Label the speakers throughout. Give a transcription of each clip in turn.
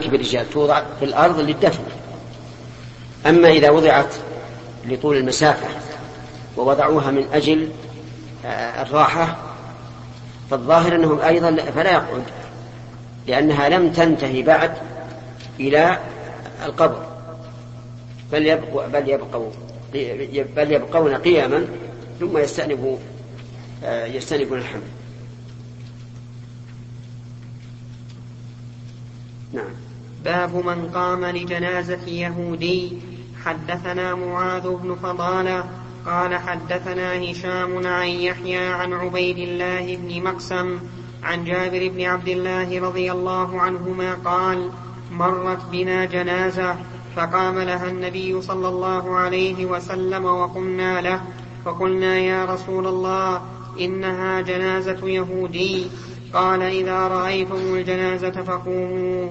Speaker 1: مناكب الرجال توضع في الأرض للدفن. أما إذا وضعت لطول المسافة ووضعوها من أجل الراحة فالظاهر أنهم أيضا فلا يقعد، لأنها لم تنتهي بعد إلى القبر، بل يبقون قياما ثم يستأنفون الحمل. نعم.
Speaker 2: باب من قام لجنازة يهودي. حدثنا معاذ بن فضالة قال حدثنا هشام عن يحيى عن عبيد الله بن مقسم عن جابر بن عبد الله رضي الله عنهما قال مرت بنا جنازة فقام لها النبي صلى الله عليه وسلم وقمنا له فقلنا يا رسول الله إنها جنازة يهودي. قال إذا رأيتم الجنازة فقوموا.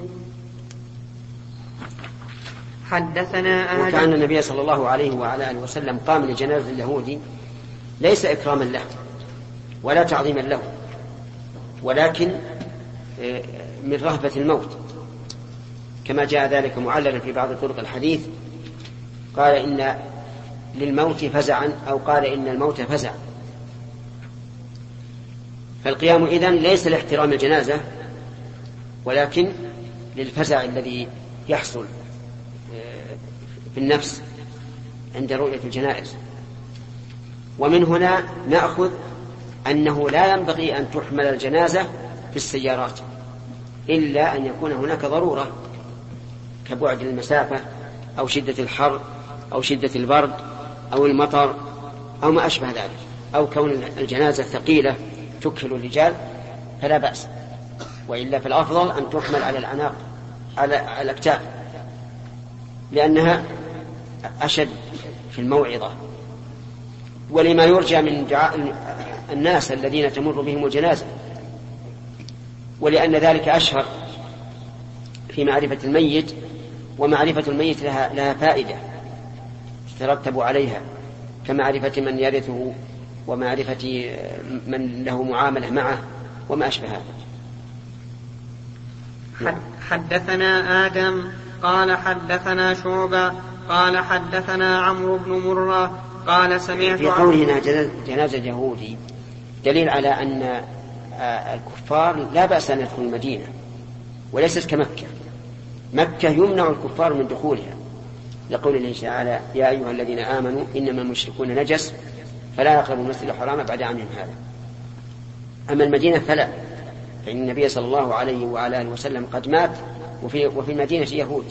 Speaker 2: حدثنا آدم.
Speaker 1: وكأن النبي صلى الله عليه وعلى آله وسلم قام لجنازة اليهودي ليس إكراما له ولا تعظيما له، ولكن من رهبة الموت، كما جاء ذلك معللا في بعض طرق الحديث، قال إن للموت فزعا أو قال إن الموت فزع. فالقيام إذن ليس لاحترام الجنازة ولكن للفزع الذي يحصل في النفس عند رؤية الجنائز. ومن هنا نأخذ أنه لا ينبغي أن تحمل الجنازة في السيارات إلا أن يكون هناك ضرورة كبعد المسافة أو شدة الحر أو شدة البرد أو المطر أو ما أشبه ذلك، أو كون الجنازة ثقيلة تكل الرجال فلا بأس، وإلا فالأفضل أن تحمل على الأعناق على الأكتاف، لأنها أشد في الموعظة ولما يرجى من دعاء الناس الذين تمر بهم الجنازة، ولأن ذلك أشهر في معرفة الميت، ومعرفة الميت لها فائدة تترتب عليها كمعرفة من يرثه ومعرفة من له معاملة معه وما أشبه هذا.
Speaker 2: حدثنا آدم قال حدثنا شعبة قال حدثنا عمرو بن مرة قال سمعت
Speaker 1: في قولنا جنازة يهودي دليل على أن الكفار لا بأس أن يدخلوا المدينة، وليست كمكة. مكة يمنع الكفار من دخولها لقول الله تعالى يا أيها الذين آمنوا إنما المشركون نجس فلا يقربوا المسجد الحرام بعد عامهم هذا. أما المدينة فلا، فإن النبي صلى الله عليه وعلى آله وسلم قد مات وفي المدينة يهود.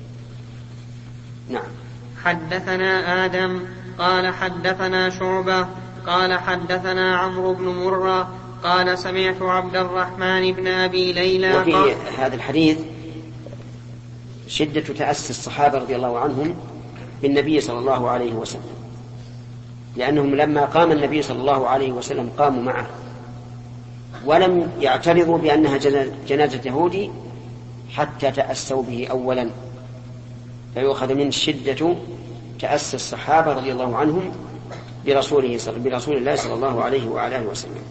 Speaker 1: نعم.
Speaker 2: حدثنا آدم قال حدثنا شعبة قال حدثنا عمرو بن مرة قال سمعت عبد الرحمن بن أبي ليلى.
Speaker 1: وفي هذا الحديث شدة تأسي الصحابة رضي الله عنهم بالنبي صلى الله عليه وسلم، لأنهم لما قام النبي صلى الله عليه وسلم قاموا معه ولم يعترضوا بأنها جنازة يهودي حتى تأسوا به أولا، فيؤخذ من شدة تأسي الصحابة رضي الله عنهم برسول الله صلى الله عليه وعلى آله وسلم.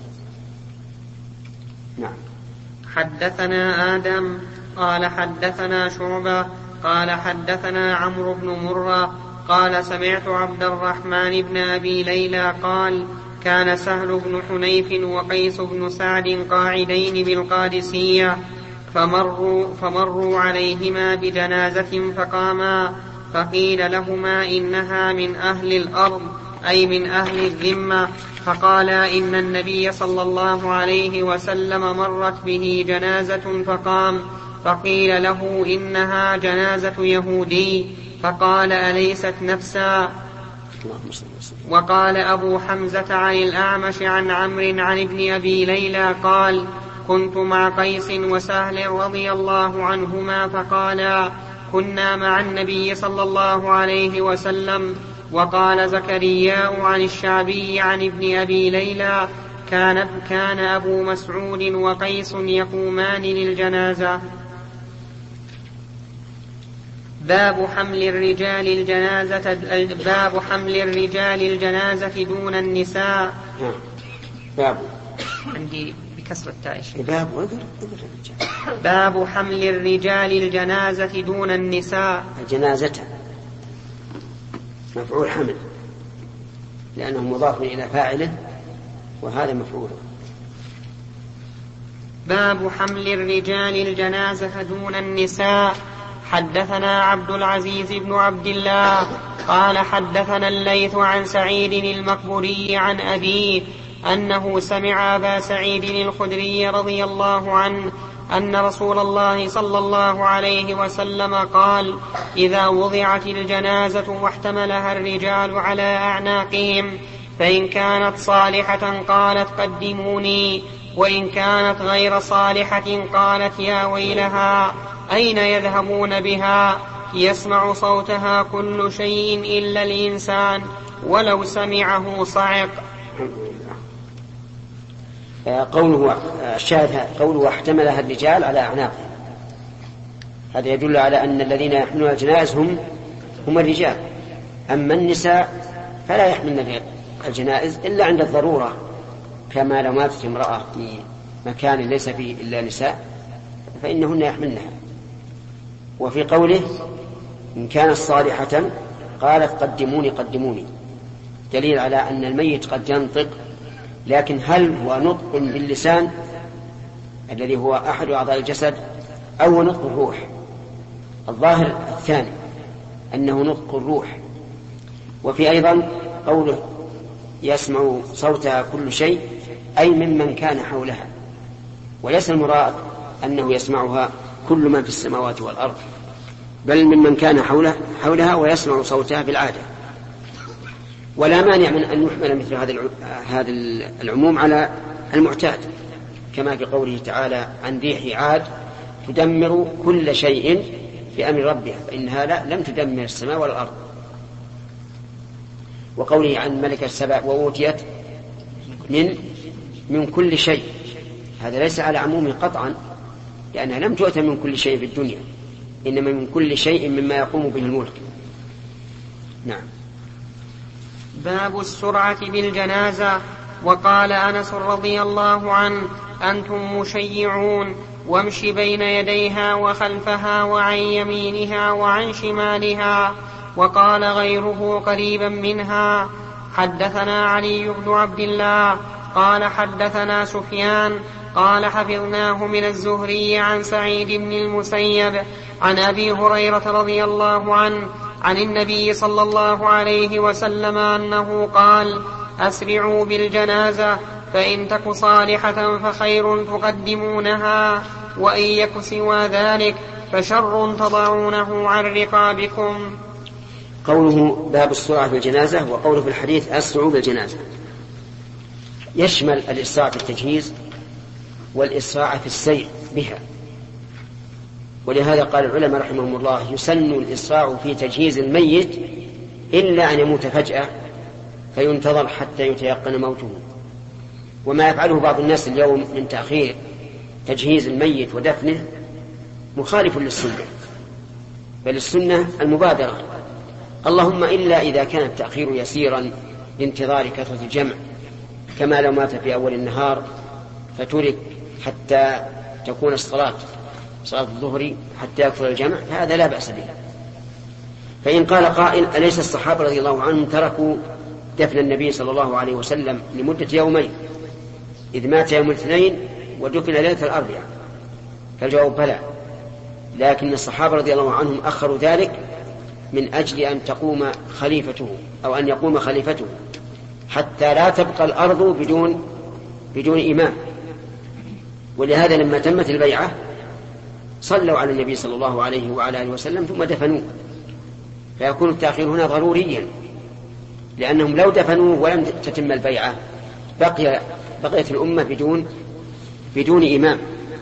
Speaker 1: نعم.
Speaker 2: حدثنا آدم قال حدثنا شعبة قال حدثنا عمرو بن مرة قال سمعت عبد الرحمن بن أبي ليلى قال كان سهل بن حنيف وقيس بن سعد قاعدين بالقادسية فمروا عليهما بجنازة فقاما فقيل لهما إنها من أهل الأرض أي من أهل الذمة، فقالا إن النبي صلى الله عليه وسلم مرت به جنازة فقام، فقيل له إنها جنازة يهودي، فقال أليست نفسا. وقال أبو حمزة عن الأعمش عن عمرو عن ابن أبي ليلى قال كنت مع قيس وسهل رضي الله عنهما فقالا كنا مع النبي صلى الله عليه وسلم. وقال زكرياء عن الشعبي عن ابن أبي ليلى كان أبو مسعود وقيس يقومان للجنازة. باب حمل الرجال الجنازة دون النساء.
Speaker 1: باب
Speaker 2: عندي كسر التاء.
Speaker 3: باب حمل الرجال الجنازة دون النساء.
Speaker 1: الجنازة مفعول حمل لأنه مضاف إلى فاعله وهذا مفعول.
Speaker 3: باب حمل الرجال الجنازة دون النساء. حدثنا عبد العزيز بن عبد الله قال حدثنا الليث عن سعيد المقبوري عن أبيه أنه سمع أبا سعيد الخدري رضي الله عنه أن رسول الله صلى الله عليه وسلم قال: إذا وضعت الجنازة واحتملها الرجال على أعناقهم فإن كانت صالحة قالت قدموني، وإن كانت غير صالحة قالت يا ويلها أين يذهبون بها؟ يسمع صوتها كل شيء إلا الإنسان ولو سمعه صعق.
Speaker 1: قوله الشاهد قوله احتملها الرجال على أعناقهم، هذا يدل على أن الذين يحملون الجنائز هم الرجال، أما النساء فلا يحملن الجنائز إلا عند الضرورة، كما لو ماتت امرأة في مكان ليس فيه إلا نساء فإنهن يحملنها. وفي قوله إن كانت صالحة قالت قدموني قدموني دليل على أن الميت قد ينطق، لكن هل هو نطق باللسان الذي هو أحد أعضاء الجسد أو نطق الروح؟ الظاهر الثاني أنه نطق الروح. وفي أيضا قوله يسمع صوتها كل شيء أي ممن كان حولها، وليس المراد أنه يسمعها كل من في السماوات والأرض، بل ممن كان حولها ويسمع صوتها بالعادة. ولا مانع من أن يحمل مثل هذا العموم على المعتاد، كما في قوله تعالى عن ريح عاد تدمر كل شيء بأمر ربها فإنها لم تدمر السماء والأرض. وقوله عن ملك السبع وأوتيت من كل شيء، هذا ليس على عمومه قطعا، لأنها لم تؤتى من كل شيء في الدنيا، إنما من كل شيء مما يقوم به الملك. نعم.
Speaker 3: باب السرعة بالجنازة. وقال أنس رضي الله عنه: أنتم مشيعون، وامش بين يديها وخلفها وعن يمينها وعن شمالها. وقال غيره قريبا منها: حدثنا علي بن عبد الله قال حدثنا سفيان قال حفظناه من الزهري عن سعيد بن المسيب عن أبي هريرة رضي الله عنه عن النبي صلى الله عليه وسلم أنه قال: أسرعوا بالجنازة، فإن تك صالحة فخير تقدمونها، وإن يك سوى ذلك فشر تضعونه عن رقابكم.
Speaker 1: قوله باب السرعة بالجنازة وقوله في الحديث أسرعوا بالجنازة يشمل الإسراع في التجهيز والإسراع في السير بها. ولهذا قال العلماء رحمهم الله: يسن الإسراع في تجهيز الميت إلا أن يموت فجأة فينتظر حتى يتيقن موته. وما يفعله بعض الناس اليوم من تأخير تجهيز الميت ودفنه مخالف للسنة، بل السنة المبادرة، اللهم إلا إذا كان التأخير يسيرا لانتظار كثرة الجمع، كما لو مات في أول النهار فترك حتى تكون صلاة الظهر حتى يكثر الجمع، فهذا لا بأس به. فإن قال قائل: أليس الصحابة رضي الله عنهم تركوا دفن النبي صلى الله عليه وسلم لمدة يومين، إذ مات يوم الاثنين ودفن ليلة الأربعاء؟ فالجواب بلى، لكن الصحابة رضي الله عنهم أخروا ذلك من أجل أن تقوم خليفته أو أن يقوم خليفته، حتى لا تبقى الأرض بدون إمام. ولهذا لما تمت البيعة صلوا على النبي صلى الله عليه وعلى آله وسلم ثم دفنوه، فيكون التأخير هنا ضروريا، لأنهم لو دفنوه ولم تتم البيعة بقيت الأمة بدون إمام.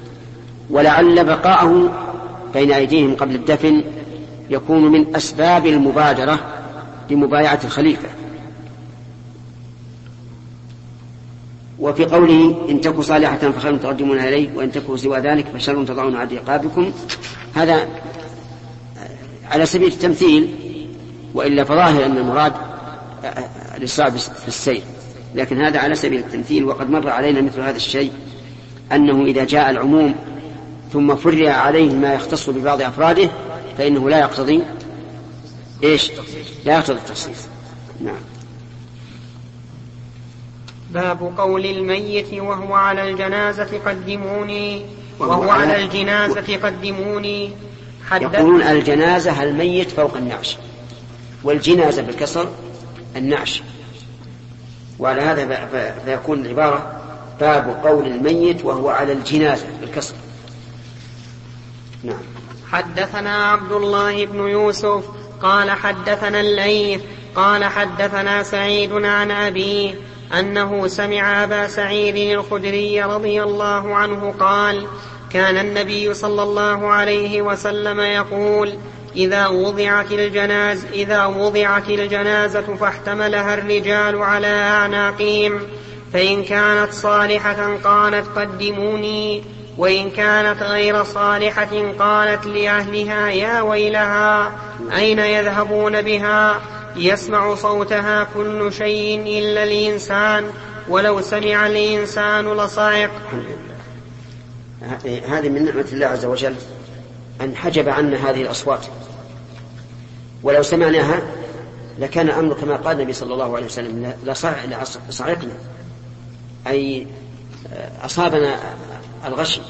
Speaker 1: ولعل بقاءه بين أيديهم قبل الدفن يكون من أسباب المبادرة لمبايعة الخليفة. وفي قوله إن تكوا صالحة فخير تقدمون إليه، وإن تكوا سوى ذلك فشر تضعون عن رقابكم، هذا على سبيل التمثيل، وإلا فظاهر أن المراد الإسراع في السير، لكن هذا على سبيل التمثيل. وقد مر علينا مثل هذا الشيء أنه إذا جاء العموم ثم فرع عليه ما يختص ببعض أفراده فإنه لا يقتضي لا يقتضي التخصيص. نعم.
Speaker 3: باب قول الميت وهو على الجنازة قدموني وهو على الجنازة قدموني.
Speaker 1: يقولون الجنازة الميت فوق النعش، والجنازة بالكسر النعش، وعلى هذا فيكون العبارة باب قول الميت وهو على الجنازة بالكسر. نعم.
Speaker 3: حدثنا عبد الله بن يوسف قال حدثنا الليث قال حدثنا سعيد عن أبيه أنه سمع أبا سعيد الخدري رضي الله عنه قال كان النبي صلى الله عليه وسلم يقول إذا وضعت الجنازة فاحتملها الرجال على أعناقهم فإن كانت صالحة قالت قدموني، وإن كانت غير صالحة قالت لأهلها يا ويلها أين يذهبون بها، يسمع صوتها كل شيء إلا الإنسان ولو سمع الإنسان لصعق.
Speaker 1: هذه من نعمة الله عز وجل أن حجب عنا هذه الأصوات، ولو سمعناها لكان أمر كما قال النبي صلى الله عليه وسلم لصعقنا، أي أصابنا الغش.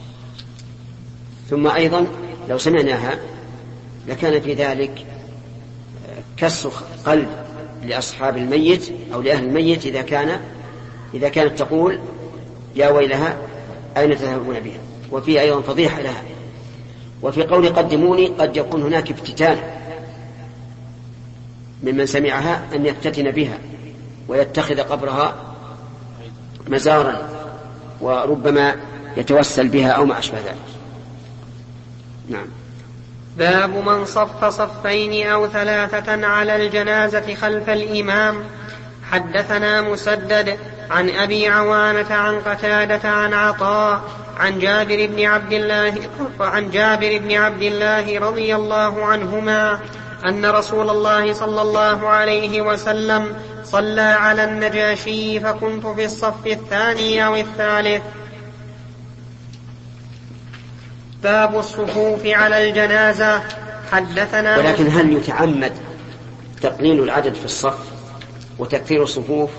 Speaker 1: ثم أيضا لو سمعناها لكان في ذلك كسر قلب لأصحاب الميت أو لأهل الميت إذا كانت تقول يا ويلها أين تذهبون بها، وفي أيضا فضيحة لها. وفي قول قدموني قد يكون هناك افتتان ممن سمعها أن يفتتن بها ويتخذ قبرها مزارا وربما يتوسل بها أو ما أشبه ذلك. نعم.
Speaker 3: باب من صف صفين أو ثلاثة على الجنازة خلف الإمام. حدثنا مسدد عن أبي عوانة عن قتادة عن عطاء عن جابر بن عبد الله رضي الله عنهما أن رسول الله صلى الله عليه وسلم صلى على النجاشي فكنت في الصف الثاني أو الثالث. باب الصفوف على الجنازة. حدثنا
Speaker 1: ولكن هل يتعمد تقليل العدد في الصف وتكثير الصفوف،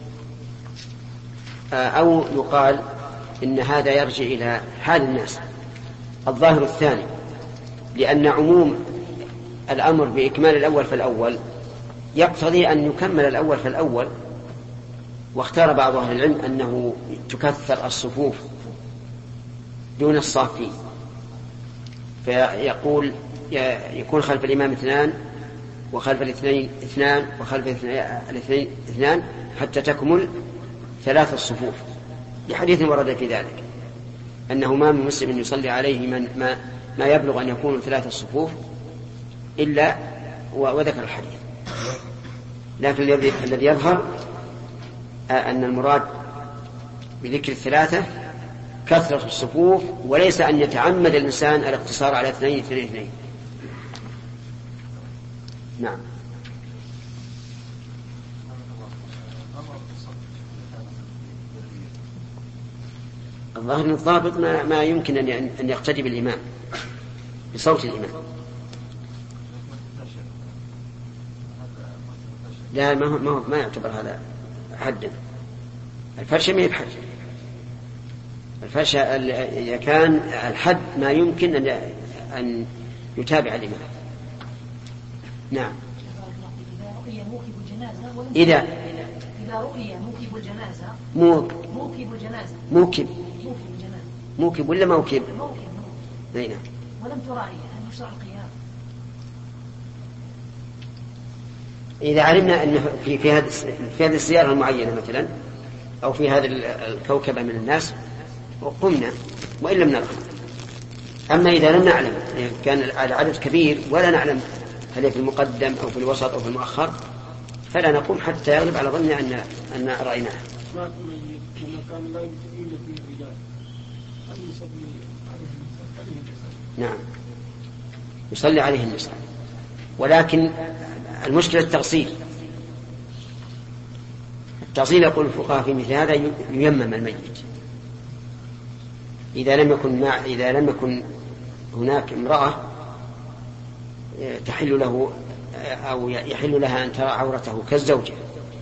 Speaker 1: أو يقال إن هذا يرجع إلى حال الناس؟ الظاهر الثاني، لأن عموم الأمر بإكمال الأول فالأول يقتضي أن يكمل الأول فالأول، واختار بعض أهل العلم أنه تكثر الصفوف دون الصافين، فيقول يكون خلف الإمام 2 وخلف الاثنين 2 وخلف الاثنين 2 حتى تكمل 3 الصفوف، لحديث ورد في ذلك أنه ما من مسلم يصلي عليه ما يبلغ أن يكون 3 الصفوف إلا وذكر الحديث. لكن الذي يظهر أن المراد بذكر 3 كثرة الصفوف، وليس أن يتعمد الإنسان الاقتصار على 2. نعم. الظاهر الضابط ما يمكن أن يقتدي بالإمام بصوت الإمام. لا، ما يعتبر هذا حدا. الفرشة ما هي بحد. الفرشة إذا كان الحد ما يمكن أن يتابع الإمام. نعم. إذا رؤي موكب الجنازة موكب ولا موكب؟ نعم.
Speaker 4: ولم تراعي أن يشرع القيام.
Speaker 1: إذا علمنا أن في هذه السيارة المعينة مثلا، أو في هذه الكوكبة من الناس، وقمنا وإن لم نرى. أما إذا لم نعلم، يعني كان العدد كبير ولا نعلم هل في المقدم أو في الوسط أو في المؤخر، فلا نقوم حتى يغلب على ظننا أن رأيناه. نعم، يصلي عليه النساء، ولكن المشكلة التغسيل يقول الفقهاء في مثل هذا ييمم الميت، إذا لم يكن هناك امرأة تحل له أو يحل لها أن ترى عورته كالزوجة.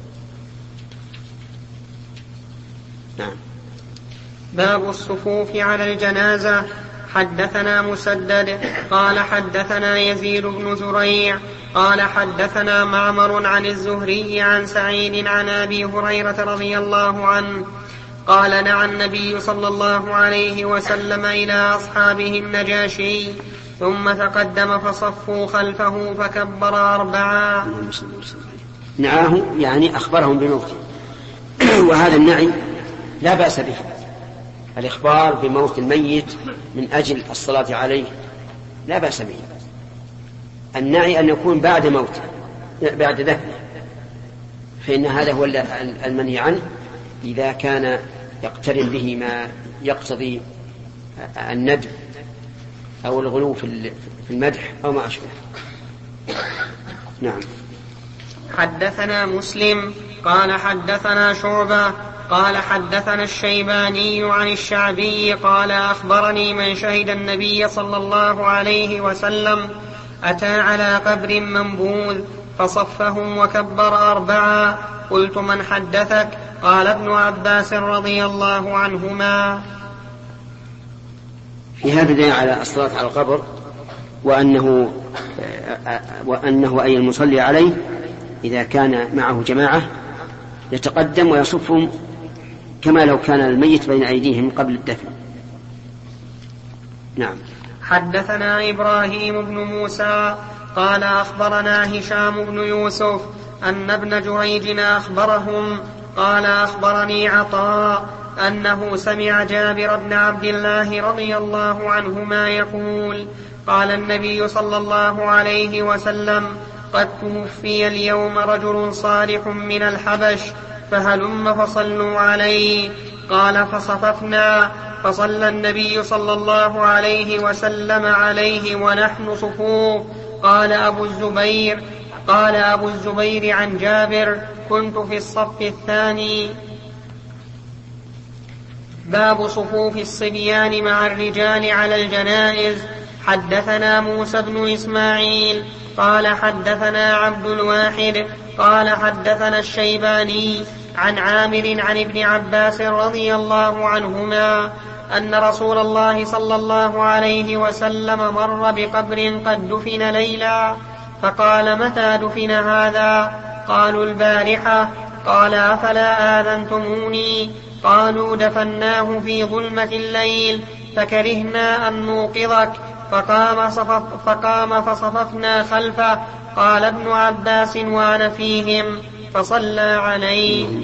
Speaker 1: نعم.
Speaker 3: باب الصفوف على الجنازة. حدثنا مسدد قال حدثنا يزيد بن زريع قال حدثنا معمر عن الزهري عن سعيد عن أبي هريرة رضي الله عنه قال نعى النبي صلى الله عليه وسلم إلى أصحابه النجاشي ثم تقدم فصفوا خلفه فكبر 4.
Speaker 1: نعاه يعني أخبرهم بموته وهذا النعي لا بأس به، الإخبار بموت الميت من أجل الصلاة عليه لا بأس به. النعي أن يكون بعد موته بعد دفنه، فإن هذا هو المنهي عنه إذا كان يقترن به ما يقتضي الندب أو الغلو في المدح أو ما أشبه. نعم.
Speaker 3: حدثنا مسلم قال حدثنا شعبة قال حدثنا الشيباني عن الشعبي قال أخبرني من شهد النبي صلى الله عليه وسلم أتى على قبر منبوذ فصفهم وكبر 4. قلت من حدثك؟ قال ابن عباس رضي الله عنهما.
Speaker 1: في هذا دليل على الصلاة على القبر وأنه أي المصلي عليه إذا كان معه جماعة يتقدم ويصفهم كما لو كان الميت بين أيديهم قبل الدفن. نعم.
Speaker 3: حدثنا إبراهيم بن موسى قال أخبرنا هشام بن يوسف أن ابن جريج أخبرهم قال أخبرني عطاء أنه سمع جابر بن عبد الله رضي الله عنهما يقول قال النبي صلى الله عليه وسلم قد توفي اليوم رجل صالح من الحبش فهلم فصلوا عليه. قال فصففنا فصلى النبي صلى الله عليه وسلم عليه ونحن صفوف. قال أبو الزبير عن جابر كنت في الصف الثاني. باب صفوف الصبيان مع الرجال على الجنائز. حدثنا موسى بن إسماعيل قال حدثنا عبد الواحد قال حدثنا الشيباني عن عامر عن ابن عباس رضي الله عنهما أن رسول الله صلى الله عليه وسلم مر بقبر قد دفن ليلا فقال متى دفن هذا؟ قالوا البارحة. قال أفلا آذنتموني؟ قالوا دفناه في ظلمة الليل فكرهنا أن نوقظك فقام فصففنا خلفه. قال ابن عباس وأنا فيهم فصلى عليه.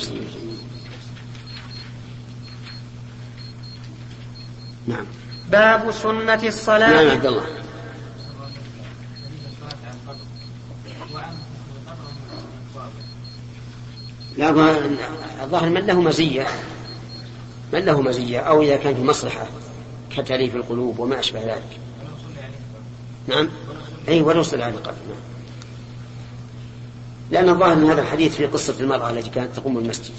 Speaker 1: نعم.
Speaker 3: باب سنة الصلاة.
Speaker 1: نعم عبد الله. لا الظاهر من له مزية أو إذا كان في مصلحة كتليف القلوب وما أشبه ذلك. نعم. أي ونصل على القبر. نعم. لأن الظاهر من هذا الحديث في قصة المرأة التي كانت تقوم المسجد.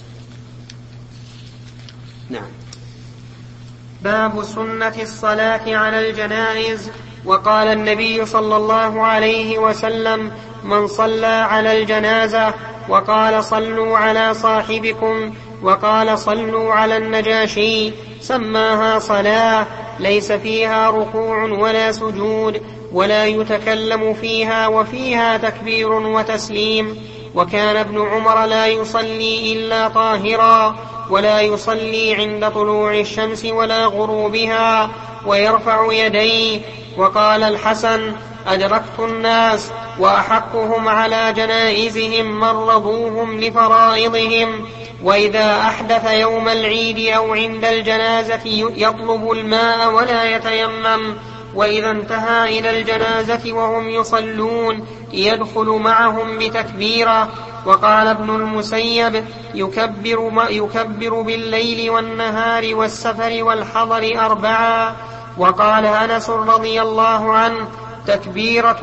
Speaker 1: نعم.
Speaker 3: باب سنة الصلاة على الجنائز. وقال النبي صلى الله عليه وسلم من صلى على الجنازة وقال صلوا على صاحبكم وقال صلوا على النجاشي سماها صلاة ليس فيها ركوع ولا سجود ولا يتكلم فيها وفيها تكبير وتسليم. وكان ابن عمر لا يصلي إلا طاهرا ولا يصلي عند طلوع الشمس ولا غروبها ويرفع يديه. وقال الحسن أدركت الناس وأحقهم على جنائزهم من رضوهم لفرائضهم وإذا أحدث يوم العيد أو عند الجنازة يطلب الماء ولا يتيمم وإذا انتهى إلى الجنازة وهم يصلون يدخل معهم بتكبيرة. وقال ابن المسيب يكبر بالليل والنهار والسفر والحضر 4. وقال أنس رضي الله عنه تكبيرة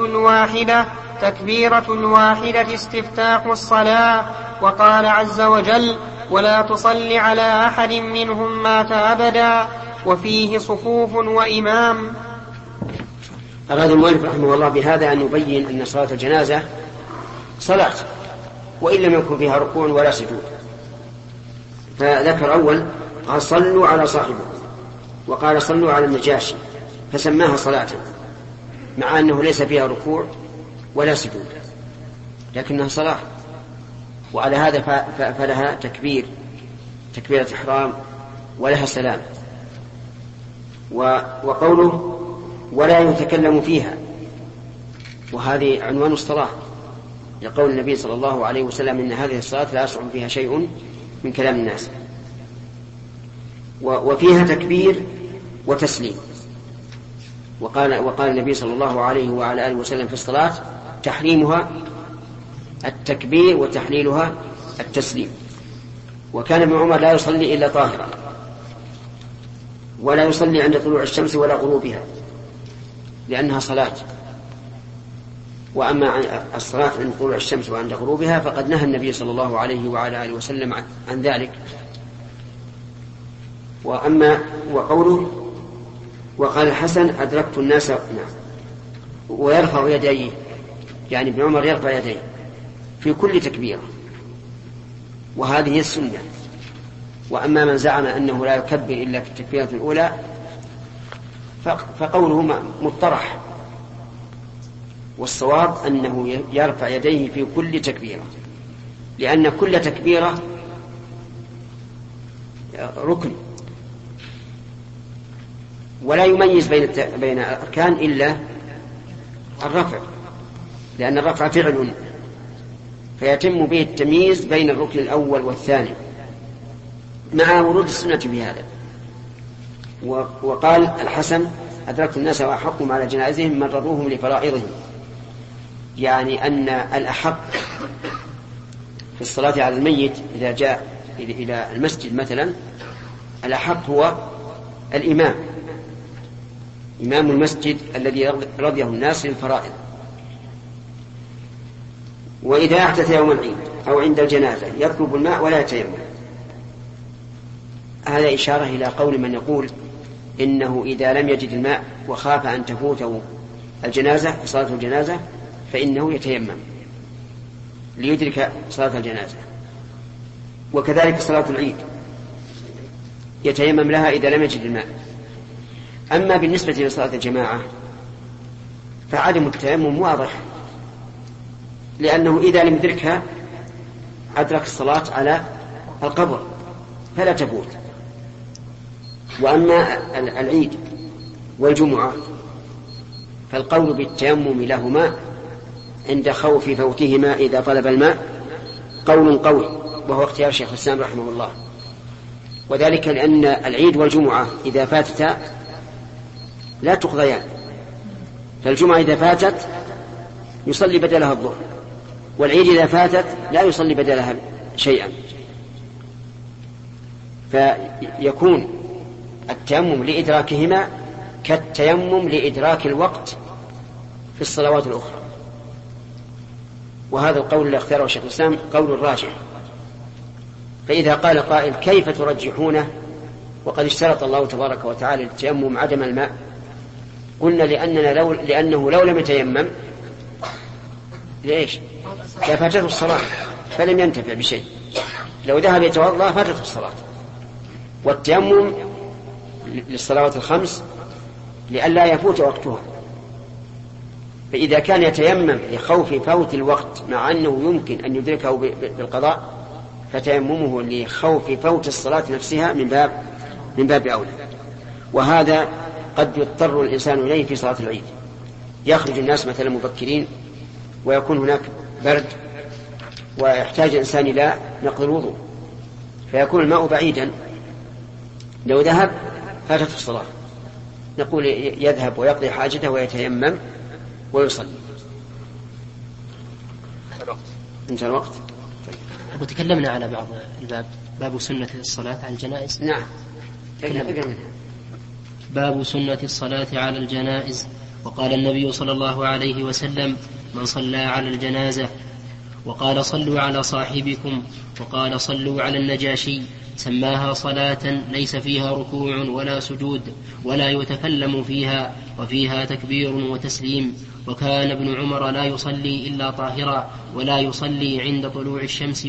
Speaker 3: الواحدة استفتاح الصلاة. وقال عز وجل ولا تصل على أحد منهم مات أبدا.
Speaker 2: وفيه صفوف وإمام.
Speaker 1: أراد المؤلف رحمه الله بهذا أن يبين أن صلاة الجنازة صلاة وإن لم يكن فيها ركوع ولا سجود. فذكر أول قال صلوا على صاحبه، وقال صلوا على النجاشي، فسماها صلاة مع أنه ليس فيها ركوع ولا سجود، لكنها صلاة. وعلى هذا فلها تكبيرة إحرام ولها سلام. وقوله ولا يتكلم فيها، وهذه عنوان الصلاة، لقول النبي صلى الله عليه وسلم إن هذه الصلاة لا يصعب فيها شيء من كلام الناس. وفيها تكبير وتسليم. وقال النبي صلى الله عليه وعلى آله وسلم في الصلاة تحريمها التكبير وتحليلها التسليم. وكان ابن عمر لا يصلي إلا طاهرا، ولا يصلي عند طلوع الشمس ولا غروبها لأنها صلاة. وأما الصلاة عند طلوع الشمس وعند غروبها فقد نهى النبي صلى الله عليه وعلى آله وسلم عن ذلك. وقوله وقال الحسن أدركت الناس ويرفع يديه، يعني ابن عمر يرفع يديه في كل تكبيرة، وهذه هي السنة. وأما من زعم أنه لا يكبر إلا في التكبيرة الأولى فقوله مطرح، والصواب أنه يرفع يديه في كل تكبيرة، لأن كل تكبيرة ركن، ولا يميز بين الأركان إلا الرفع، لأن الرفع فعل فيتم به التمييز بين الركن الأول والثاني مع ورود السنة بهذا. وقال الحسن أدركت الناس وأحقهم على جنائزهم مرروهم لفرائضهم، يعني أن الأحق في الصلاة على الميت إذا جاء إلى المسجد مثلا، الأحق هو الإمام، إمام المسجد الذي رضيه الناس للفرائض. وإذا أحدث يوم العيد أو عند الجنازة يطلب الماء ولا يتيمم. هذا إشارة إلى قول من يقول إنه إذا لم يجد الماء وخاف أن تفوته الجنازة صلاة الجنازة فإنه يتيمم ليدرك صلاة الجنازة. وكذلك صلاة العيد يتيمم لها إذا لم يجد الماء. أما بالنسبة لصلاة الجماعة فعدم التيمم واضح، لأنه إذا لم يدركها أدرك الصلاة على القبر فلا تفوت. وأما العيد والجمعة فالقول بالتيمم لهما عند خوف فوتهما إذا طلب الماء قول قوي، وهو اختيار شيخ الإسلام رحمه الله. وذلك لأن العيد والجمعة إذا فاتتا لا تقضيان، فالجمعة إذا فاتت يصلي بدلها الظهر، والعيد إذا فاتت لا يصلي بدلها شيئا. فيكون التيمم لإدراكهما كالتيمم لإدراك الوقت في الصلوات الأخرى. وهذا القول اللي اختاره شيخ الإسلام قول الراجح. فإذا قال قائل كيف ترجحونه وقد اشترط الله تبارك وتعالى التيمم عدم الماء؟ قلنا لأنه لو لم يتيمم ليش؟ لا فاتته الصلاة فلم ينتفع بشيء، لو ذهب يتوضأ فاتته الصلاة. والتيمم للصلوات الخمس لئلا يفوت وقتها، فإذا كان يتيمم لخوف فوت الوقت مع أنه يمكن أن يدركه بالقضاء فتيممه لخوف فوت الصلاة نفسها من باب أولى. وهذا قد يضطر الإنسان إليه في صلاة العيد، يخرج الناس مثلا مبكرين ويكون هناك برد ويحتاج الإنسان إلى نقض الوضوء، فيكون الماء بعيدا، لو ذهب فاتت الصلاة، نقول يذهب ويقضي حاجته ويتيمم ويصلي. انتهى الوقت.
Speaker 5: وتكلمنا على بعض الباب، باب سنة الصلاة على الجنائز.
Speaker 1: نعم.
Speaker 5: باب سنة الصلاة على الجنائز. وقال النبي صلى الله عليه وسلم من صلى على الجنازة، وقال صلوا على صاحبكم، وقال صلوا على النجاشي، سماها صلاة ليس فيها ركوع ولا سجود ولا يتكلم فيها، وفيها تكبير وتسليم. وكان ابن عمر لا يصلي إلا طاهرا، ولا يصلي عند طلوع الشمس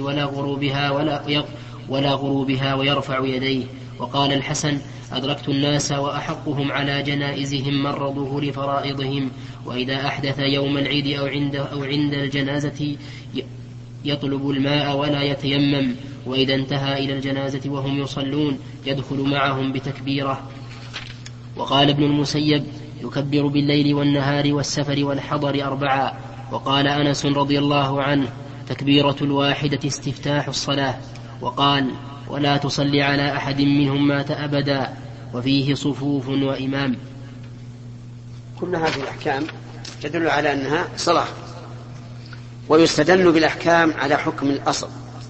Speaker 5: ولا غروبها ويرفع يديه. وقال الحسن: أدركت الناس وأحقهم على جنائزهم مر ظهور فرائضهم، وإذا أحدث يوم العيد أو عند الجنازة يطلب الماء ولا يتيمم، وإذا انتهى إلى الجنازة وهم يصلون يدخل معهم بتكبيرة. وقال ابن المسيب: يكبر بالليل والنهار والسفر والحضر 4. وقال أنس رضي الله عنه: تكبيرة الواحدة استفتاح الصلاة. وقال: ولا تصلي على أحد منهم مات أبدا، وفيه صفوف وإمام.
Speaker 1: كل هذه الأحكام تدل على أنها صلاة، ويستدل بالأحكام على حكم الأصل،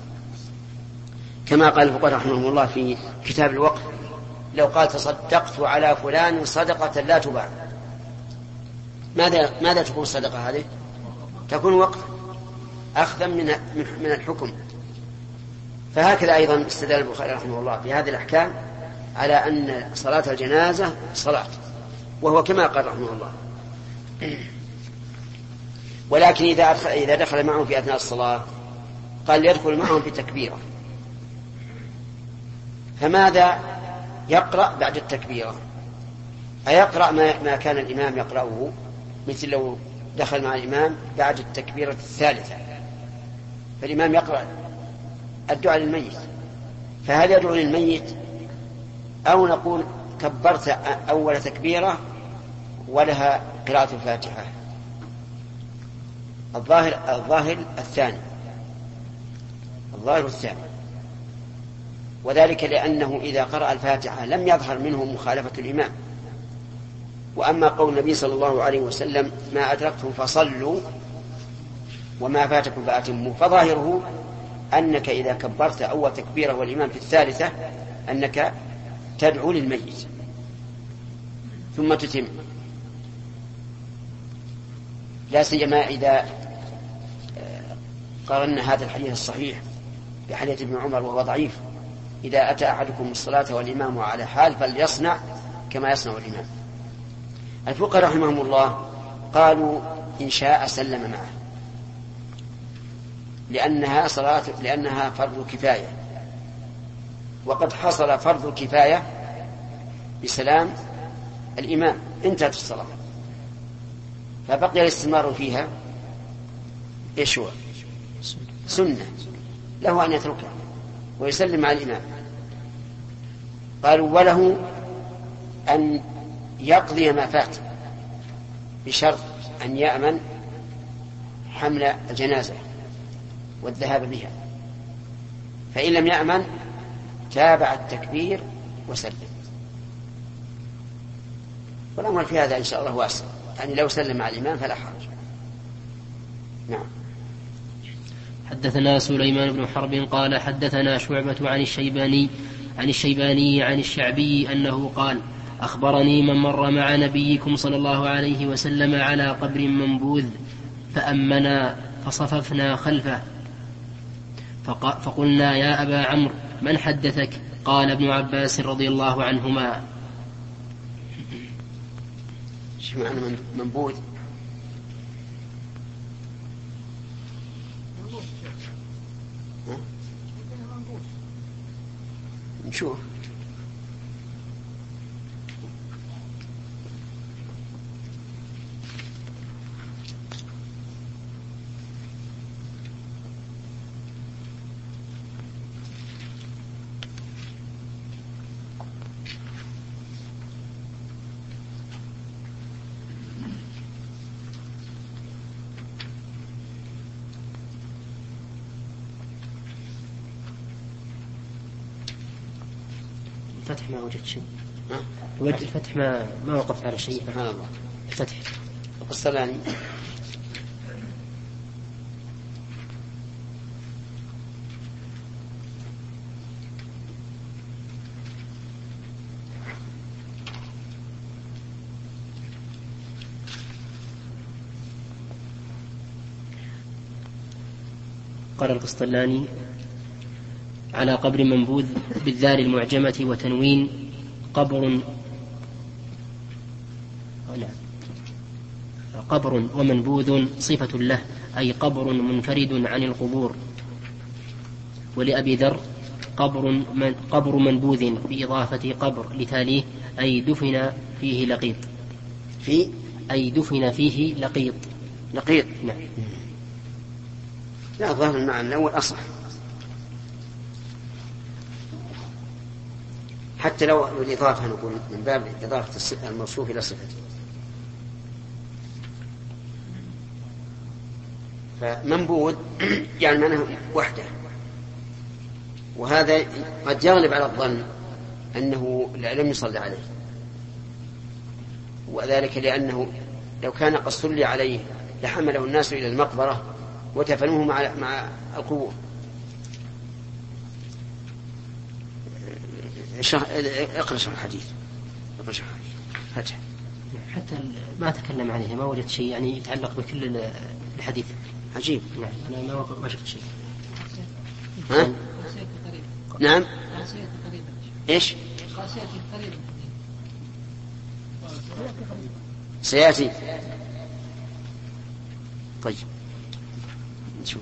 Speaker 1: كما قال الفقهاء رحمهم الله في كتاب الوقف: لو قال تصدقت على فلان صدقة لا تباع، ماذا تكون الصدقة هذه؟ تكون وقف أخذا من الحكم. فهكذا أيضا استدل البخاري رحمه الله في هذه الأحكام على أن صلاة الجنازة صلاة، وهو كما قال رحمه الله. ولكن إذا دخل معهم في أثناء الصلاة قال يدخل معهم في تكبيرة، فماذا يقرأ بعد التكبيرة؟ أيقرأ ما كان الإمام يقرأه، مثل لو دخل مع الإمام بعد التكبيرة الثالثة فالإمام يقرأ الدعاء للميت، فهل يدعو للميت أو نقول كبرت أول تكبيرة ولها قراءة الفاتحة؟ الظاهر الثاني، وذلك لأنه إذا قرأ الفاتحة لم يظهر منه مخالفة الإمام. وأما قول النبي صلى الله عليه وسلم: ما أدركتم فصلوا وما فاتكم فأتموا، فظاهره أنك إذا كبرت أول تكبيرة والإمام في الثالثة أنك تدعو للميت ثم تتم، لا سيما إذا قارنا هذا الحديث الصحيح بحديث ابن عمر وهو ضعيف: إذا أتى أحدكم الصلاة والإمام على حال فليصنع كما يصنع الإمام. الفقهاء رحمهم الله قالوا إن شاء سلم معه، لأنها فرض كفاية، وقد حصل فرض الكفاية بسلام الإمام، انتهت الصلاة، فبقي الاستمرار فيها إيش هو؟ سنة، له أن يتركها ويسلم مع الإمام. قالوا وله أن يقضي ما فات بشرط أن يأمن حمل الجنازة والذهاب بها، فإن لم يأمن تابع التكبير وسلم. والأمر في هذا إن شاء الله واسع، يعني لو سلم مع الإمام فلا حرج. نعم.
Speaker 5: حدثنا سليمان بن حرب قال حدثنا شعبة عن الشيباني عن الشعبي أنه قال: أخبرني من مر مع نبيكم صلى الله عليه وسلم على قبر منبوذ فأمنا فصففنا خلفه، فقلنا: يا أبا عمرو من حدثك؟ قال: ابن عباس رضي الله عنهما.
Speaker 1: شو معنى منبوذ؟ نشوف.
Speaker 5: الفتح ما وجدت شيء، وجد الفتح ما وقفت على شيء.
Speaker 1: سبحان الله.
Speaker 5: الفتح
Speaker 1: القسطلاني
Speaker 5: قال القسطلاني: على قبر منبوذ بالذال المعجمة وتنوين قبر ومنبوذ صفة له، أي قبر منفرد عن القبور. ولأبي ذر قبر منبوذ بإضافة قبر لتاليه، أي دفن فيه لقيط. أي دفن فيه لقيط.
Speaker 1: نعم. لا، ظاهر المعنى الأول أصح، حتى لو الإضافة نقول من باب إضافة الموصوف إلى صفته. فمنبوذ يعني معناه وحده، وهذا قد يغلب على الظن أنه لم يصلى عليه، وذلك لأنه لو كان قد صلي عليه لحمله الناس إلى المقبرة وتفنوه مع القبور. اقرأ شرح الحديث.
Speaker 5: حتى ما تكلم عليه، ما وجدت شيء يعني يتعلق بكل الحديث.
Speaker 1: عجيب.
Speaker 5: يعني أنا ما شفت شيء.
Speaker 1: ها؟ نعم. إيش؟ سيأتي. طيب نشوف.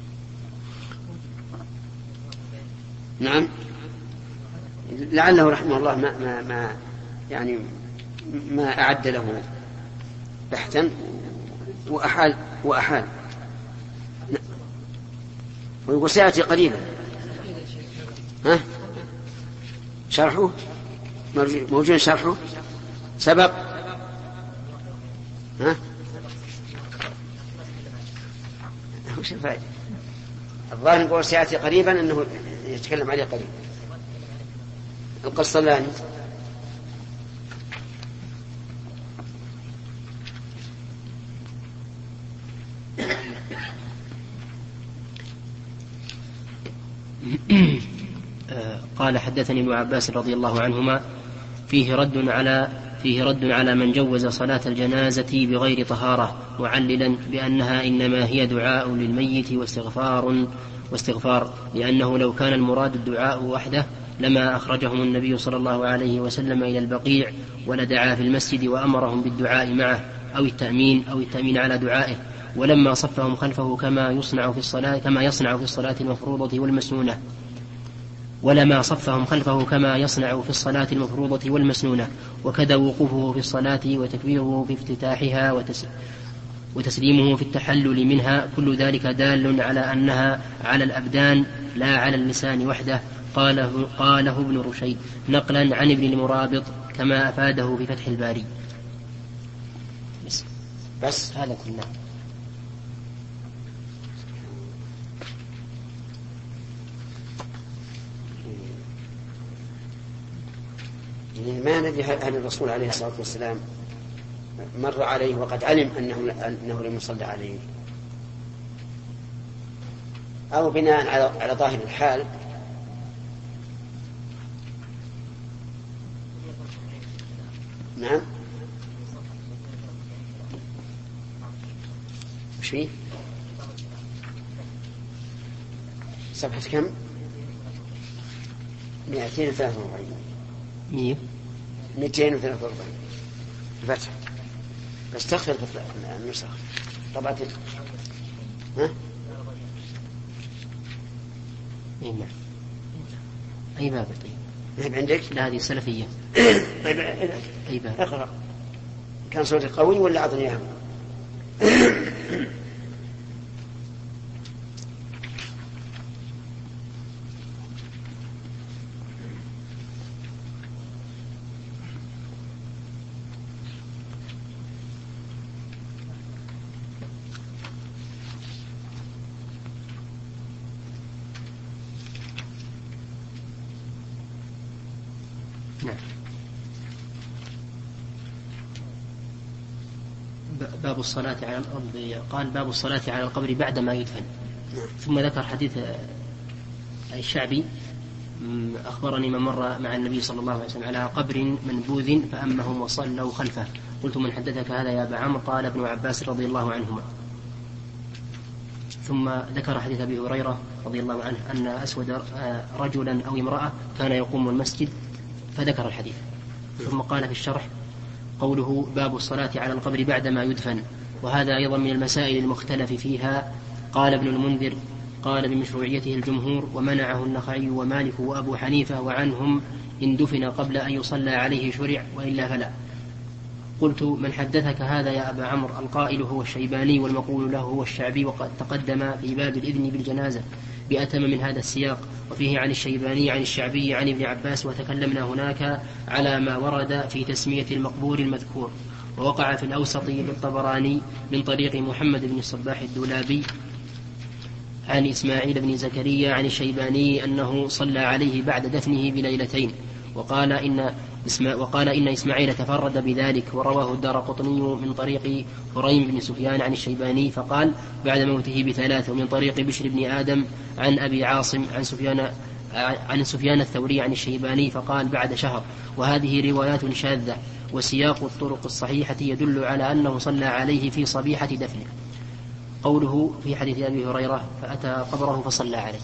Speaker 1: نعم، لعله رحمه الله ما يعني ما أعد له بحثا وأحال. ويقول سيأتي قريبا. ها؟ شرحه موجود، شرحه سبق. ها؟ وش الفائدة؟ الظاهر يقول سيأتي قريبا، أنه يتكلم عليه قريبا. القسطلاني
Speaker 5: قال حدثني ابن عباس رضي الله عنهما فيه رد على من جوز صلاة الجنازة بغير طهارة، معللا بأنها إنما هي دعاء للميت واستغفار، لأنه لو كان المراد الدعاء وحده لما أخرجهم النبي صلى الله عليه وسلم إلى البقيع ولدعا في المسجد وأمرهم بالدعاء معه أو التأمين على دعائه، ولما صفهم خلفه كما يصنع في الصلاة المفروضة والمسنونة وكذا وقوفه في الصلاة وتكبيره في افتتاحها وتسليمه في التحلل منها، كل ذلك دال على أنها على الأبدان لا على اللسان وحده. قاله ابن رشيد نقلا عن ابن المرابط كما أفاده في فتح الباري.
Speaker 1: بس
Speaker 5: هذا كله.
Speaker 1: ما ندري هل الرسول عليه الصلاة والسلام مر عليه وقد علم أنه لم يصلى عليه، أو بناء على ظاهر الحال نعم. وش فيه؟ صفحة كم؟ 243 الفتح. بس تخفل النسخ طبعا. ها؟
Speaker 5: أي باب؟
Speaker 1: طيب عندك؟
Speaker 5: لا، هذه سلفية.
Speaker 1: طيب
Speaker 5: أي باب؟
Speaker 1: اقرأ. كان صوتي قوي ولا أعطني إياه؟
Speaker 5: باب الصلاة على الأرض. قال باب الصلاة على القبر بعدما يدفن. ثم ذكر حديث الشعبي أخبرني من مر مع النبي صلى الله عليه وسلم على قبر منبوذ فأمهم وصلوا خلفه. قلت من حدثك هذا يا أبا عمرو؟ قال ابن عباس رضي الله عنهما. ثم ذكر حديث أبي هريرة رضي الله عنه أن أسود رجلا أو امرأة كان يقوم المسجد فذكر الحديث. ثم قال في الشرح قوله باب الصلاة على القبر بعدما يدفن، وهذا أيضا من المسائل المختلف فيها. قال ابن المنذر قال بمشروعيته الجمهور، ومنعه النخعي ومالك وأبو حنيفة، وعنهم إن دفن قبل أن يصلى عليه شرع وإلا فلا. قلت من حدثك هذا يا أبا عمرو؟ القائل هو الشيباني والمقول له هو الشعبي، وقد تقدم في باب الإذن بالجنازة بأتم من هذا السياق، وفيه عن الشيباني عن الشعبي عن ابن عباس، وتكلمنا هناك على ما ورد في تسمية المقبور المذكور. ووقع في الأوسط للطبراني من طريق محمد بن الصباح الدولابي عن إسماعيل بن زكريا عن الشيباني أنه صلى عليه بعد دفنه بليلتين، وقال إن إسماعيل تفرد بذلك. ورواه الدارقطني من طريق هريم بن سفيان عن الشيباني فقال بعد موته ب3، ومن طريق بشر بن آدم عن أبي عاصم عن سفيان الثوري عن الشيباني فقال بعد شهر. وهذه روايات شاذة، وسياق الطرق الصحيحة يدل على أنه صلى عليه في صبيحة دفنه. قوله في حديث أبي هريرة فأتى قبره فصلى عليه.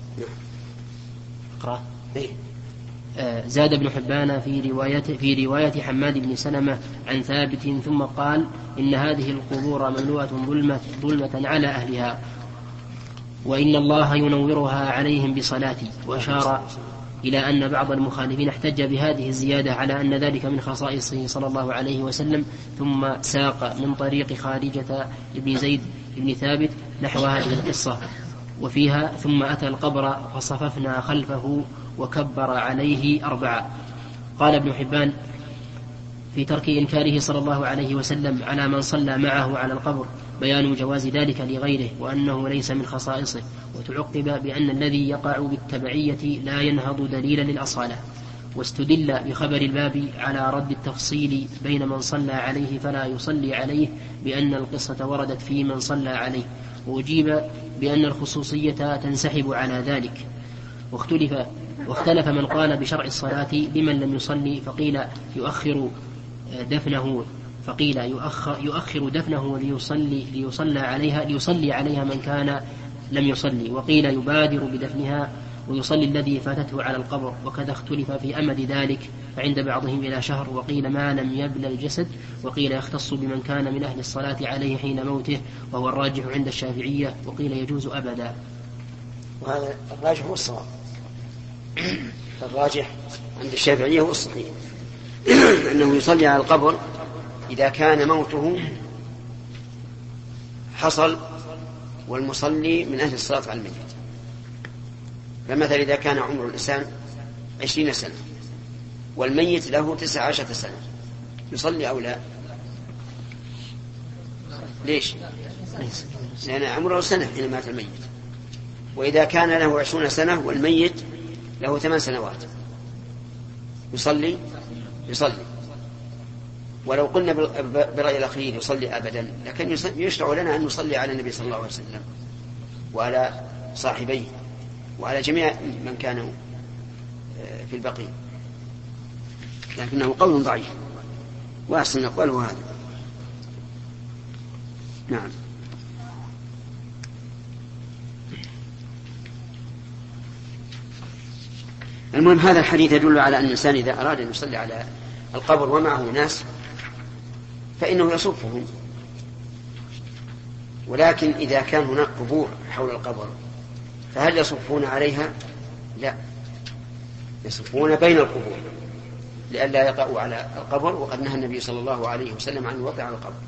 Speaker 5: اقرأ. زاد ابن حبان في رواية حماد بن سلمة عن ثابت ثم قال إن هذه القبور مملوءة ظلمة على أهلها، وإن الله ينورها عليهم بصلاتي. وأشار إلى أن بعض المخالفين احتج بهذه الزيادة على أن ذلك من خصائصه صلى الله عليه وسلم، ثم ساق من طريق خارجة ابن زيد بن ثابت نحو هذه القصة وفيها ثم أتى القبر فصففنا خلفه وكبر عليه 4. قال ابن حبان في ترك إنكاره صلى الله عليه وسلم على من صلى معه على القبر بيان جواز ذلك لغيره وأنه ليس من خصائصه. وتعقب بأن الذي يقع بالتبعية لا ينهض دليلا للأصالة. واستدل بخبر الباب على رد التفصيل بين من صلى عليه فلا يصلي عليه بأن القصة وردت في من صلى عليه، وأجيب بأن الخصوصية تنسحب على ذلك. واختلف من قال بشرع الصلاة لمن لم يصلي فقيل يؤخر دفنه ليصلي عليها من كان لم يصلي، وقيل يبادر بدفنها ويصلي الذي فاتته على القبر. وكذا اختلف في أمد ذلك، فعند بعضهم إلى شهر، وقيل ما لم يبل الجسد، وقيل يختص بمن كان من أهل الصلاة عليه حين موته، وهو الراجح عند الشافعية، وقيل يجوز أبدا.
Speaker 1: وهذا الراجح هو الصواب. الراجح عند الشافعية هو الصحيح أنه يصلي على القبر إذا كان موته حصل والمصلي من أهل الصلاة على الميت. فمثلا إذا كان عمر الإنسان 20 سنة والميت له 19 سنة يصلي أو لا؟ ليش؟ لأن عمره سنة حين مات الميت. وإذا كان له 20 سنة والميت له 8 سنوات يصلي. ولو قلنا برأي الأخير يصلي أبدا، لكن يشرع لنا أن نصلي على النبي صلى الله عليه وسلم وعلى صاحبيه وعلى جميع من كانوا في البقيع، لكنه قول ضعيف، وأحسن الأقوال هو هذا. نعم. المهم هذا الحديث يدل على أن الإنسان إذا أراد أن يصلي على القبر ومعه ناس فإنه يصفهم، ولكن إذا كان هناك قبور حول القبر فهل يصفون عليها؟ لا، يصفون بين القبور لئلا يقعوا على القبر، وقد نهى النبي صلى الله عليه وسلم عن الوقع على القبر.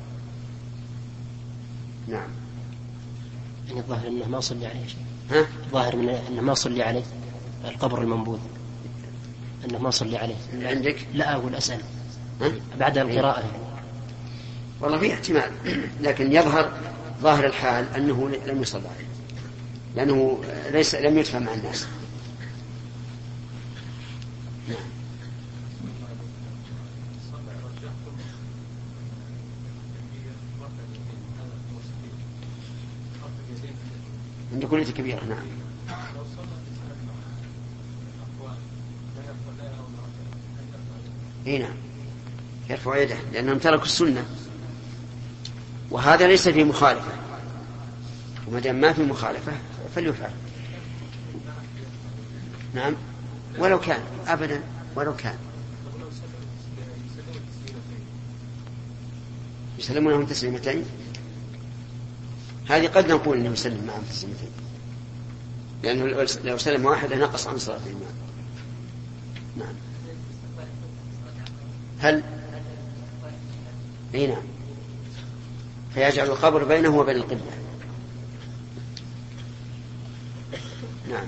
Speaker 1: نعم.
Speaker 5: يعني الظاهر أنه ما صلي عليه شيء. الظاهر أنه ما صلي عليه القبر المنبوذ، أنه ما صلي عليه.
Speaker 1: عندك؟
Speaker 5: لا أقول أسأل بعد القراءة.
Speaker 1: والله في احتمال، لكن يظهر ظاهر الحال أنه لم يصلى عليه لأنه لم يدفن مع الناس. عند كلية كبيرة. نعم. نعم يرفع يده لأنهم تركوا السنة، وهذا ليس في مخالفة، وما دام ما في مخالفة فليفعل. نعم ولو كان أبدا ولو كان يسلمونهم تسليمتين. هذه قد نقول انه يسلم معهم تسليمتين لانه لو سلم واحد نقص عن صلاة الإمام. نعم هل اي نعم فيجعل القبر بينه وبين القبلة. نعم.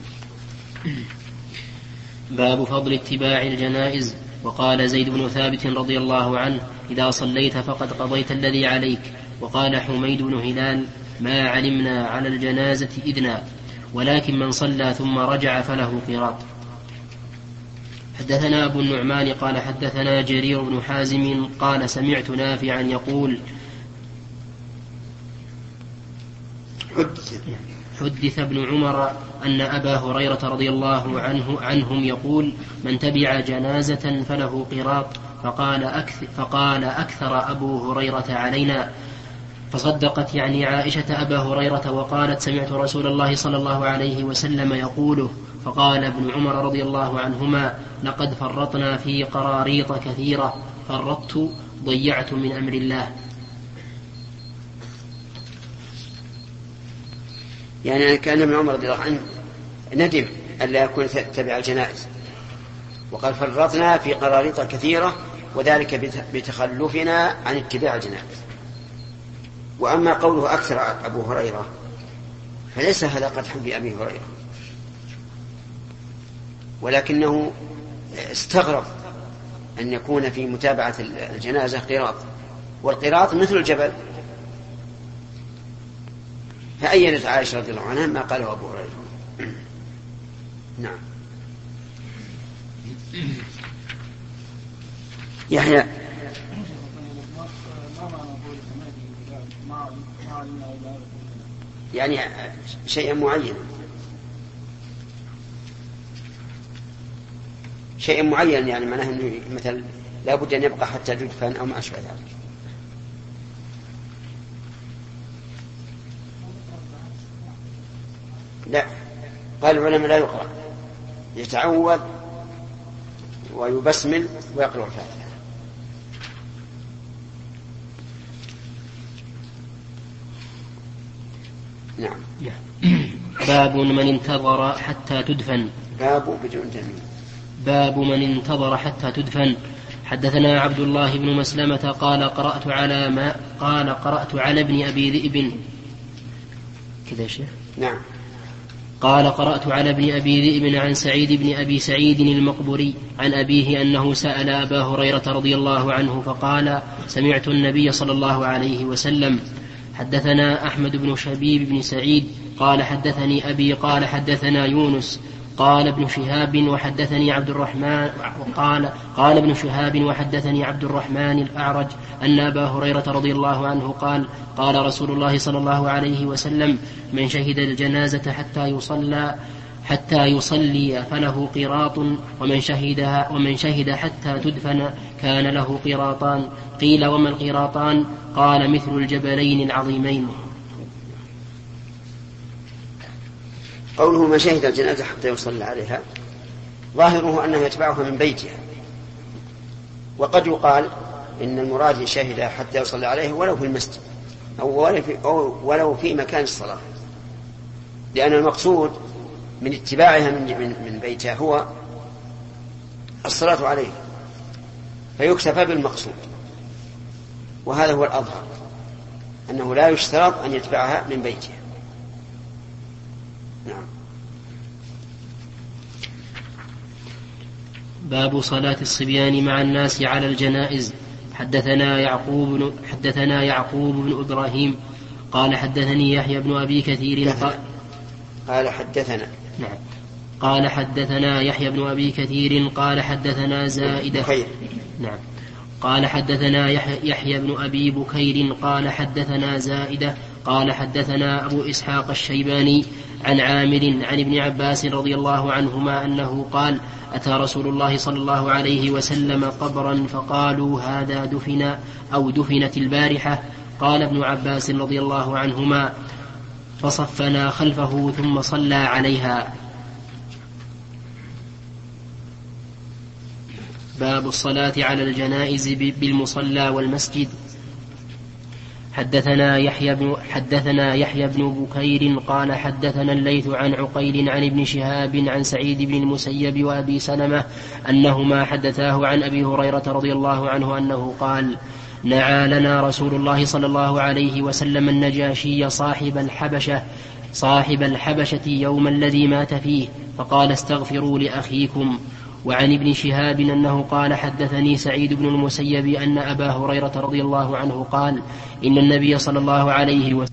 Speaker 5: باب فضل اتباع الجنائز. وقال زيد بن ثابت رضي الله عنه إذا صليت فقد قضيت الذي عليك. وقال حميد بن هلال ما علمنا على الجنازة إذنا ولكن من صلى ثم رجع فله قيراط. حدثنا أبو النعمان قال حدثنا جرير بن حازم قال سمعت نافعا يقول حدث ابن عمر أن أبا هريرة رضي الله عنهم يقول من تبع جنازة فله قيراط فقال أكثر أبو هريرة علينا. فصدقت يعني عائشة أبا هريرة وقالت سمعت رسول الله صلى الله عليه وسلم يقوله. فقال ابن عمر رضي الله عنهما لقد فرطنا في قراريط كثيرة فرطت ضيعت من أمر الله.
Speaker 1: يعني كان ابن عمر رضي الله عنه ندم ألا يكون تبع الجنائز وقال فرطنا في قراريط كثيرة وذلك بتخلفنا عن اتباع الجنائز. وأما قوله أكثر أبو هريرة فليس هذا قدح بأبي هريرة ولكنه استغرب أن يكون في متابعة الجنازة قيراط والقيراط مثل الجبل. فأينت عائشة رضي الله عنها ما قاله أبو هريرة. نعم. يحيى يعني شيئا معينا يعني معناه أنه مثل لا بد أن يبقى حتى تدفن أو ما أشبه ذلك. لا قال العلماء لا يقرأ يتعوذ ويبسمل ويقرأ الفاتحة. نعم.
Speaker 5: باب من انتظر حتى تدفن. باب من انتظر حتى تدفن. حدثنا عبد الله بن مسلمة قال قرأت على ابن أبي ذئب كذا شيء.
Speaker 1: نعم.
Speaker 5: قال قرأت على ابن أبي ذئب عن سعيد بن أبي سعيد المقبري عن أبيه أنه سأل أبا هريرة رضي الله عنه فقال سمعت النبي صلى الله عليه وسلم. حدثنا أحمد بن شبيب بن سعيد قال حدثني أبي قال حدثنا يونس قال ابن شهاب وحدثني عبد الرحمن قال ابن شهاب وحدثني عبد الرحمن الأعرج أن أبا هريرة رضي الله عنه قال رسول الله صلى الله عليه وسلم من شهد الجنازة حتى يصلي فله قيراط ومن شهد حتى تدفن كان له قيراطان. قيل وما القيراطان؟ قال مثل الجبلين العظيمين.
Speaker 1: قوله من شهد الجنازة حتى يصلى عليها ظاهره أنه يتبعها من بيتها وقد يقال إن المراد شهد حتى يصلى عليه ولو في المسجد أو ولو في مكان الصلاة لأن المقصود من اتباعها من بيتها هو الصلاة عليه فيكتفى بالمقصود. وهذا هو الأظهر أنه لا يشترط أن يتبعها من بيتها. نعم.
Speaker 5: باب صلاة الصبيان مع الناس على الجنائز. حدثنا يعقوب بن إبراهيم قال حدثني يحيى بن أبي كثير قال حدثنا يحيى بن أبي كثير قال حدثنا زائدة نعم قال حدثنا يحيى بن أبي بكير قال حدثنا زائدة قال حدثنا أبو إسحاق الشيباني عن عامر عن ابن عباس رضي الله عنهما أنه قال أتى رسول الله صلى الله عليه وسلم قبرا فقالوا هذا دفن أو دفنت البارحة. قال ابن عباس رضي الله عنهما فصفنا خلفه ثم صلى عليها. باب الصلاة على الجنائز بالمصلى والمسجد. حدثنا يحيى بن بكير قال حدثنا الليث عن عقيل عن ابن شهاب عن سعيد بن المسيب وأبي سلمة أنهما حدثاه عن أبي هريرة رضي الله عنه أنه قال: نعى لنا رسول الله صلى الله عليه وسلم النجاشي صاحب الحبشة يوم الذي مات فيه، فقال: استغفروا لأخيكم. وعن ابن شهاب أنه قال: حدثني سعيد بن المسيب أن أبا هريرة رضي الله عنه قال: إن النبي صلى الله عليه وسلم